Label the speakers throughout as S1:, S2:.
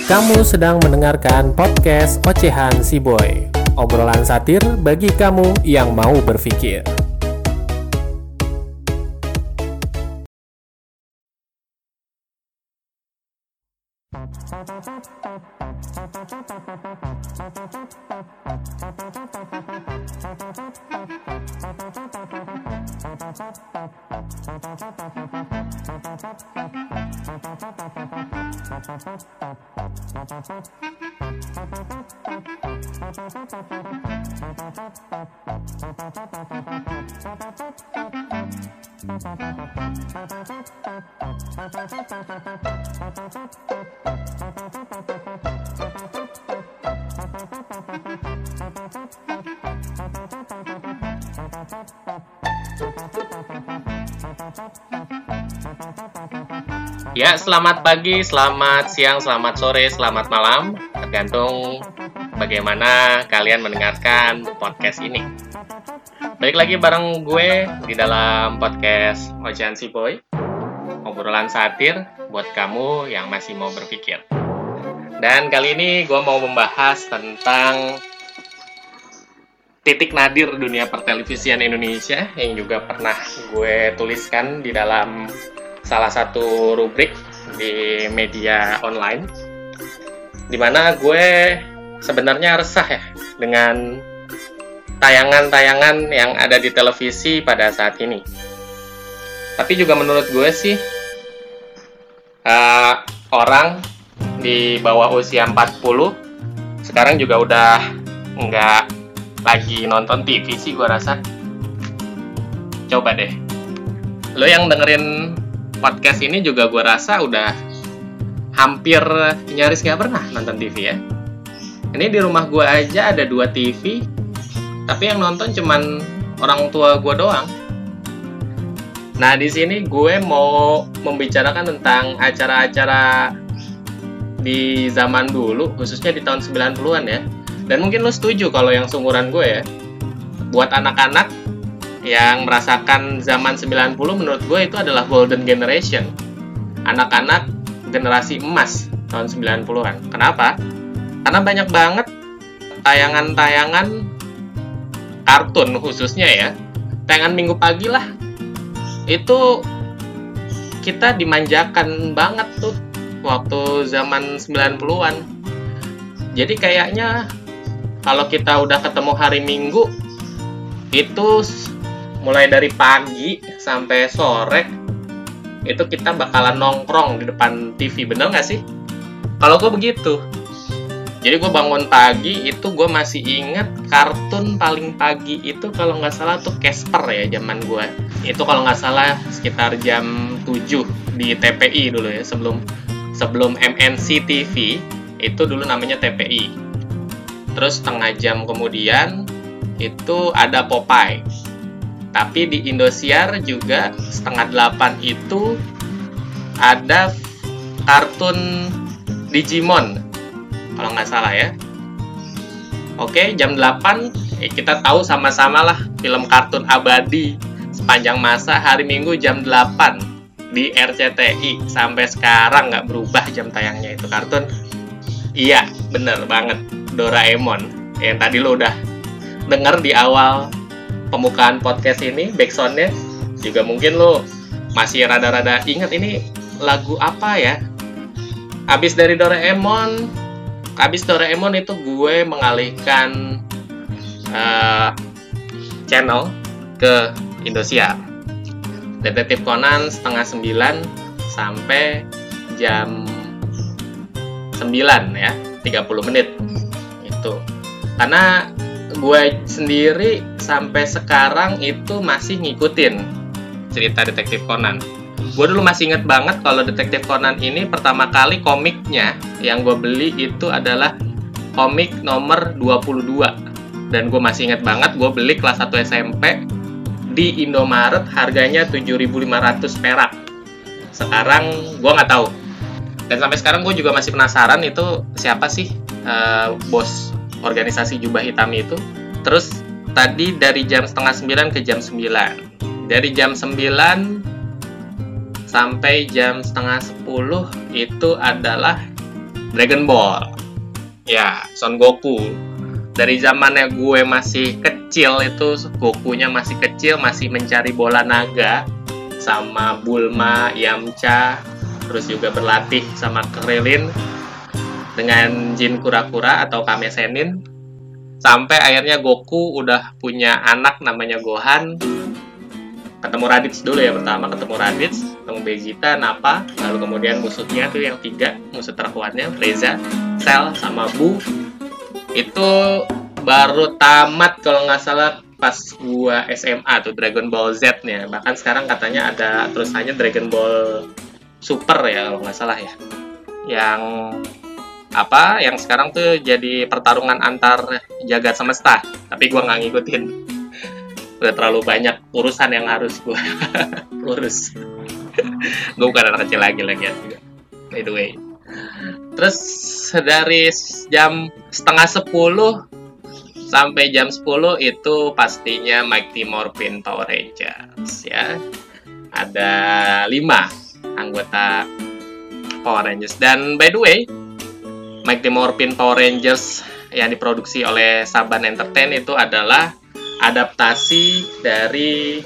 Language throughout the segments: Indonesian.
S1: Kamu sedang mendengarkan podcast Ocehan Si Boy. Obrolan satir bagi kamu yang mau berpikir.
S2: Ya, selamat pagi, selamat siang, selamat sore, selamat malam. Tergantung bagaimana kalian mendengarkan podcast ini. Balik lagi bareng gue di dalam podcast Ocehan Si Boy. Obrolan satir buat kamu yang masih mau berpikir. Dan kali ini gue mau membahas tentang titik nadir dunia pertelevisian Indonesia yang juga pernah gue tuliskan di dalam salah satu rubrik di media online, dimana gue sebenarnya resah ya dengan tayangan-tayangan yang ada di televisi pada saat ini. Tapi juga menurut gue sih orang di bawah usia 40 sekarang juga udah nggak lagi nonton TV sih gue rasa. Coba deh, lo yang dengerin podcast ini juga gue rasa udah hampir nyaris gak pernah nonton TV ya. Ini di rumah gue aja ada 2 TV, tapi yang nonton cuman orang tua gue doang. Nah, di sini gue mau membicarakan tentang acara-acara di zaman dulu, khususnya di tahun 90-an ya. Dan mungkin lo setuju kalau yang seumuran gue ya. Buat anak-anak yang merasakan zaman 90 menurut gue itu adalah golden generation. Anak-anak generasi emas tahun 90-an. Kenapa? Karena banyak banget tayangan-tayangan kartun khususnya ya. Tayangan minggu pagi lah. Itu kita dimanjakan banget tuh waktu zaman 90-an. Jadi kayaknya kalau kita udah ketemu hari Minggu itu mulai dari pagi sampai sore itu kita bakalan nongkrong di depan TV, bener nggak sih? Kalau gue begitu. Jadi gue bangun pagi itu gue masih inget kartun paling pagi itu kalau nggak salah tuh Casper ya zaman gue. Itu kalau nggak salah sekitar jam 7 di TPI dulu ya, sebelum MNC TV itu dulu namanya TPI. Terus setengah jam kemudian itu ada Popeye. Tapi di Indosiar juga setengah 8 itu ada kartun Digimon kalau nggak salah ya. Oke, jam 8 kita tahu sama-sama lah film kartun abadi sepanjang masa hari Minggu jam 8 di RCTI. Sampai sekarang nggak berubah jam tayangnya itu kartun. Iya, bener banget, Doraemon yang tadi lo udah denger di awal pembukaan podcast ini, backsoundnya juga mungkin lo masih rada-rada ingat ini lagu apa ya. Abis Doraemon itu gue mengalihkan channel ke Indosiar. Detektif Conan setengah 9 sampai jam 9 ya, 30 menit itu. Karena gue sendiri sampai sekarang itu masih ngikutin cerita Detektif Conan. Gue dulu masih inget banget kalau Detektif Conan ini pertama kali komiknya yang gue beli itu adalah komik nomor 22. Dan gue masih inget banget gue beli kelas 1 SMP di Indomaret, harganya 7.500 perak. Sekarang gue nggak tahu. Dan sampai sekarang gue juga masih penasaran itu siapa sih bos organisasi jubah hitam itu. Terus tadi dari jam setengah 9 ke jam 9. Dari jam 9 sampai jam setengah 10 itu adalah Dragon Ball. Ya, Son Goku. Dari zamannya gue masih kecil itu, Gokunya masih kecil, masih mencari bola naga sama Bulma, Yamcha, terus juga berlatih sama Krillin dengan Jin Kura-Kura atau Kame Sennin. Sampai akhirnya Goku udah punya anak namanya Gohan. Ketemu Raditz dulu ya pertama, ketemu Raditz, ketemu Vegeta, Nappa, lalu kemudian musuhnya tuh yang 3, musuh terkuatnya Frieza, Cell, sama Buu. Itu baru tamat kalau nggak salah pas gua SMA tuh Dragon Ball Z-nya. Bahkan sekarang katanya ada terusannya Dragon Ball Super ya kalau nggak salah ya. Yang sekarang tuh jadi pertarungan antar jagat semesta. Tapi gua nggak ngikutin. Udah terlalu banyak urusan yang harus gua urus. Gue bukan anak kecil lagi ya juga. By the way. Terus dari jam 9:30 sampai jam 10 itu pastinya Mighty Morphin Power Rangers ya. Ada 5 anggota Power Rangers. Dan by the way, Mighty Morphin Power Rangers yang diproduksi oleh Saban Entertain itu adalah adaptasi dari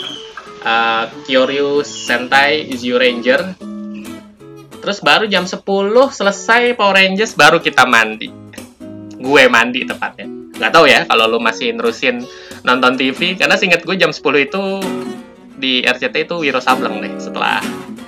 S2: Kyoryu Sentai Zyuranger. Terus baru jam 10 selesai Power Rangers baru kita mandi. Gue mandi tepatnya. Nggak tahu ya kalau lu masih nerusin nonton TV, karena seinget gue jam 10 itu di RCTI itu Wiro Sableng deh setelah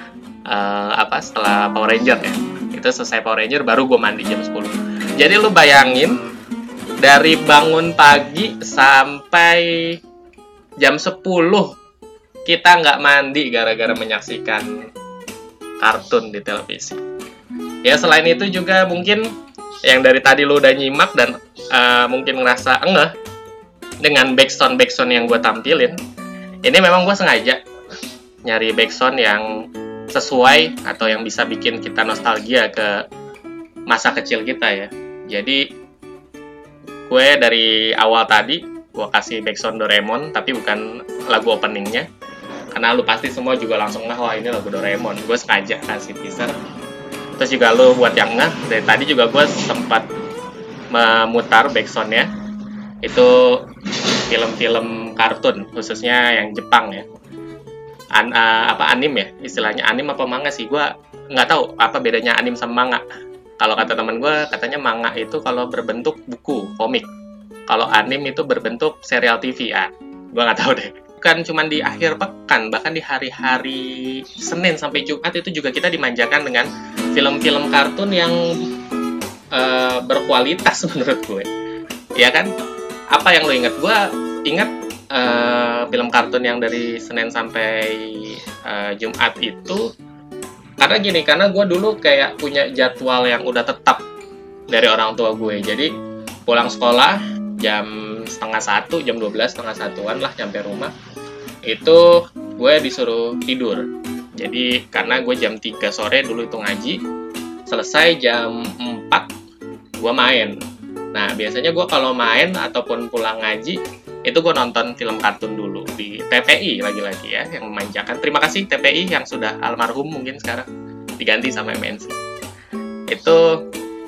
S2: setelah Power Ranger ya. Itu selesai Power Ranger baru gue mandi jam 10. Jadi lu bayangin dari bangun pagi sampai jam 10 kita nggak mandi gara-gara menyaksikan kartun di televisi. Ya selain itu juga mungkin yang dari tadi lo udah nyimak dan mungkin ngerasa engeh dengan backsound yang gue tampilin. Ini memang gue sengaja nyari backsound yang sesuai atau yang bisa bikin kita nostalgia ke masa kecil kita ya. Jadi gue dari awal tadi gue kasih backsound Doraemon tapi bukan lagu openingnya, karena lu pasti semua juga langsung wah ini lagu Doraemon. Gue sengaja kasih teaser. Terus juga lu buat yang dari tadi juga gue sempat memutar backsoundnya itu film-film kartun khususnya yang Jepang ya. Anim ya istilahnya, anim apa manga sih gue nggak tahu apa bedanya anim sama manga. Kalau kata teman gue, katanya manga itu kalau berbentuk buku, komik. Kalau anim itu berbentuk serial TV. Gue nggak tahu deh. Bukan cuma di akhir pekan, bahkan di hari-hari Senin sampai Jumat itu juga kita dimanjakan dengan film-film kartun yang berkualitas menurut gue. Ya kan? Apa yang lo ingat? Gue ingat film kartun yang dari Senin sampai Jumat itu karena gue dulu kayak punya jadwal yang udah tetap dari orang tua gue. Jadi pulang sekolah jam 12:30, jam 12, 12:30-an lah nyampe rumah. Itu gue disuruh tidur. Jadi karena gue jam 3 sore dulu itu ngaji, selesai jam 4 gue main. Nah biasanya gue kalau main ataupun pulang ngaji itu gue nonton film kartun dulu di TPI lagi-lagi ya, yang memanjakan. Terima kasih TPI yang sudah almarhum mungkin sekarang diganti sama MNC. Itu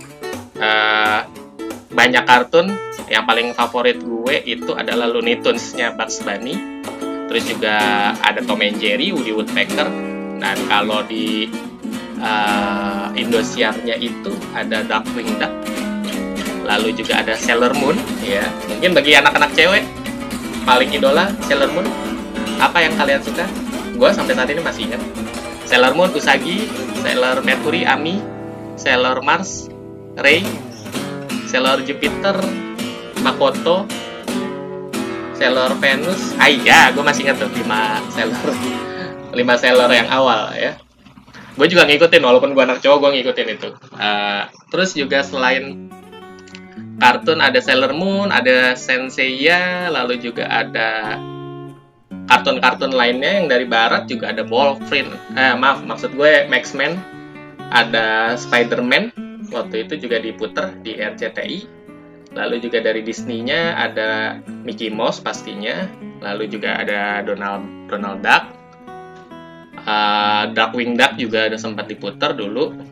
S2: banyak kartun. Yang paling favorit gue itu adalah Looney Tunes-nya Bugs Bunny. Terus juga ada Tom and Jerry, Woody Woodpecker. Dan kalau di Indosiar-nya itu ada Darkwing Duck. Lalu juga ada Sailor Moon ya. Mungkin bagi anak-anak cewek paling idola Sailor Moon. Apa yang kalian suka? Gue sampai saat ini masih ingat. Sailor Moon, Usagi, Sailor Mercury, Ami, Sailor Mars, Ray, Sailor Jupiter, Makoto, Sailor Venus. Iya, gue masih ingat tuh 5 Sailor yang awal ya. Gue juga ngikutin, walaupun gue anak cowok gue ngikutin itu. Terus juga selain kartun ada Sailor Moon, ada Senseiya, lalu juga ada kartun-kartun lainnya yang dari barat juga ada Wolverine. Maksud gue X-Men, ada Spider-Man, waktu itu juga diputer di RCTI. Lalu juga dari Disney-nya ada Mickey Mouse pastinya, lalu juga ada Donald Duck. Darkwing Duck juga ada sempat diputer dulu.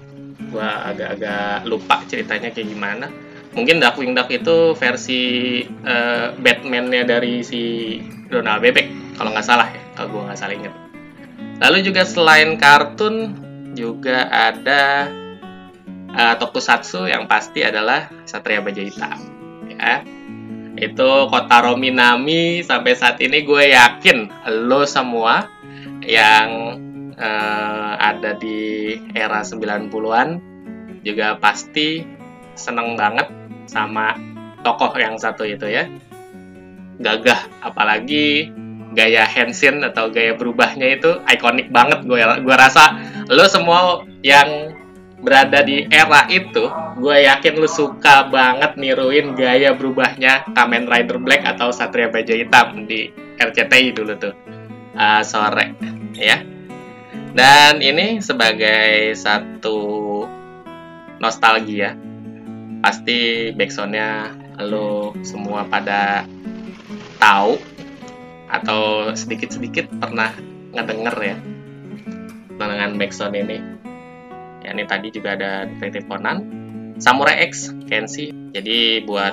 S2: Gue agak-agak lupa ceritanya kayak gimana. Mungkin Darkwing Duck itu versi Batman-nya dari si Donald Bebek, kalau nggak salah ya, kalau gue nggak salah ingat. Lalu juga selain kartun, juga ada tokusatsu yang pasti adalah Satria Baja Hitam. Ya. Itu Kotaro Minami, sampai saat ini gue yakin lo semua yang ada di era 90-an juga pasti seneng banget sama tokoh yang satu itu ya. Gagah, apalagi gaya Henshin atau gaya berubahnya itu ikonik banget. Gue rasa lo semua yang berada di era itu, gue yakin lo suka banget niruin gaya berubahnya Kamen Rider Black atau Satria Baja Hitam di RCTI dulu tuh sore ya. Dan ini sebagai satu nostalgia, pasti backsoundnya lo semua pada tahu atau sedikit-sedikit pernah ngedenger ya dengan backsound ini. Ya, ini tadi juga ada Detektif Conan, Samurai X, Kenshi. Jadi buat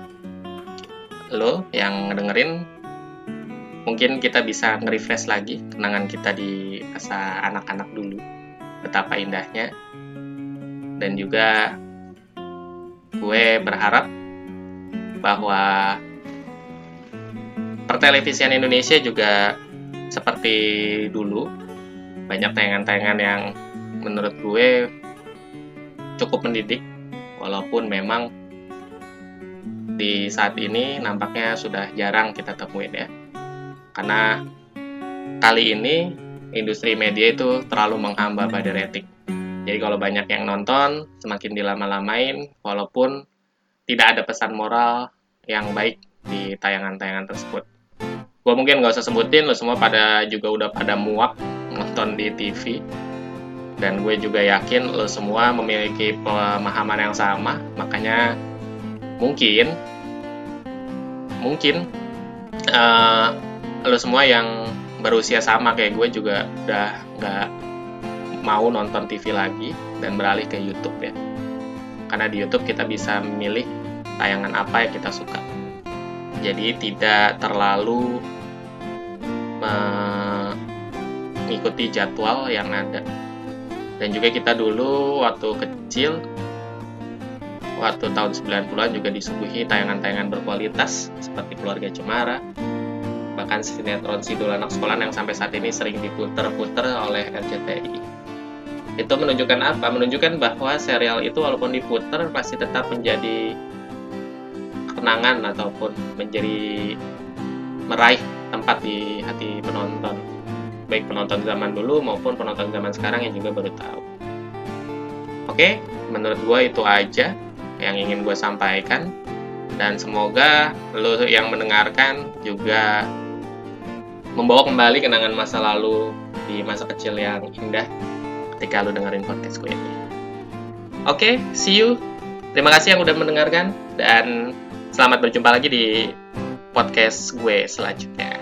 S2: lo yang ngedengerin, mungkin kita bisa nge-refresh lagi kenangan kita di masa anak-anak dulu, betapa indahnya. Dan juga gue berharap bahwa pertelevisian Indonesia juga seperti dulu, banyak tayangan-tayangan yang menurut gue cukup mendidik, walaupun memang di saat ini nampaknya sudah jarang kita temuin ya. Karena kali ini industri media itu terlalu menghamba pada rating. Jadi kalau banyak yang nonton, semakin dilama-lamain, walaupun tidak ada pesan moral yang baik di tayangan-tayangan tersebut. Gue mungkin nggak usah sebutin, lo semua juga udah pada muak nonton di TV. Dan gue juga yakin lo semua memiliki pemahaman yang sama, makanya mungkin lo semua yang berusia sama kayak gue juga udah nggak mau nonton TV lagi dan beralih ke YouTube ya. Karena di YouTube kita bisa memilih tayangan apa yang kita suka. Jadi tidak terlalu mengikuti jadwal yang ada. Dan juga kita dulu waktu kecil, waktu tahun 90-an juga disuguhi tayangan-tayangan berkualitas seperti Keluarga Cemara, bahkan sinetron Sidul Anak Sekolah yang sampai saat ini sering diputer-puter oleh RCTI. Itu menunjukkan apa? Menunjukkan bahwa serial itu walaupun diputer pasti tetap menjadi kenangan ataupun menjadi meraih tempat di hati penonton, baik penonton zaman dulu maupun penonton zaman sekarang yang juga baru tahu. Oke, menurut gue itu aja yang ingin gue sampaikan, dan semoga lo yang mendengarkan juga membawa kembali kenangan masa lalu di masa kecil yang indah ketika lo dengerin podcast gue ini. Oke, see you. Terima kasih yang udah mendengarkan, dan selamat berjumpa lagi di podcast gue selanjutnya.